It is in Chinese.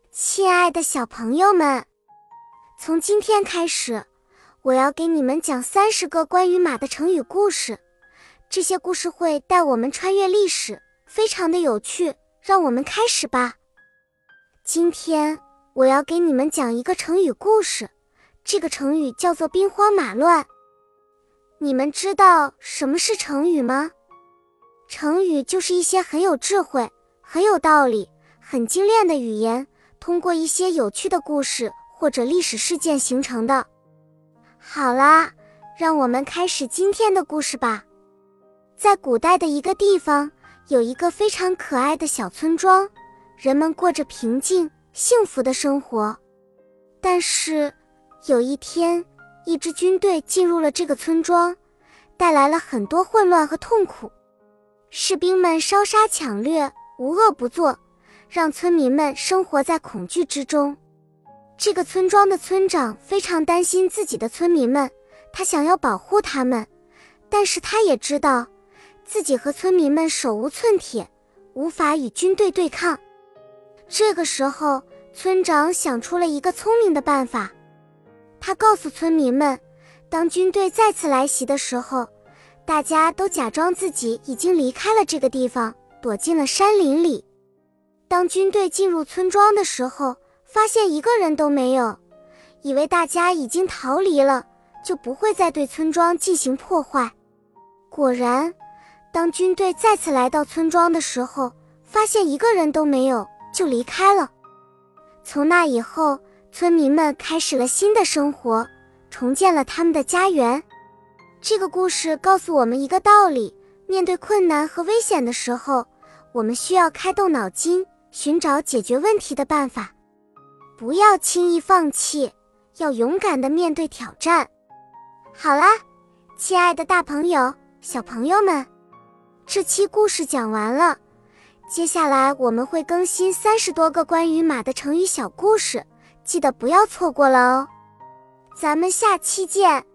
亲爱的小朋友们，从今天开始，我要给你们讲30个关于马的成语故事。这些故事会带我们穿越历史，非常的有趣。让我们开始吧。今天我要给你们讲一个成语故事，这个成语叫做兵荒马乱。你们知道什么是成语吗？成语就是一些很有智慧、很有道理、很精炼的语言，通过一些有趣的故事或者历史事件形成的。好啦，让我们开始今天的故事吧。在古代的一个地方，有一个非常可爱的小村庄，人们过着平静、幸福的生活。但是，有一天，一支军队进入了这个村庄，带来了很多混乱和痛苦。士兵们烧杀抢掠，无恶不作，让村民们生活在恐惧之中。这个村庄的村长非常担心自己的村民们，他想要保护他们，但是他也知道自己和村民们手无寸铁，无法与军队对抗。这个时候，村长想出了一个聪明的办法。他告诉村民们，当军队再次来袭的时候，大家都假装自己已经离开了这个地方，躲进了山林里。当军队进入村庄的时候，发现一个人都没有，以为大家已经逃离了，就不会再对村庄进行破坏。果然，当军队再次来到村庄的时候，发现一个人都没有，就离开了。从那以后，村民们开始了新的生活，重建了他们的家园。这个故事告诉我们一个道理，面对困难和危险的时候，我们需要开动脑筋，寻找解决问题的办法。不要轻易放弃，要勇敢地面对挑战。好啦，亲爱的大朋友、小朋友们，这期故事讲完了。接下来我们会更新30多个关于马的成语小故事，记得不要错过了哦。咱们下期见。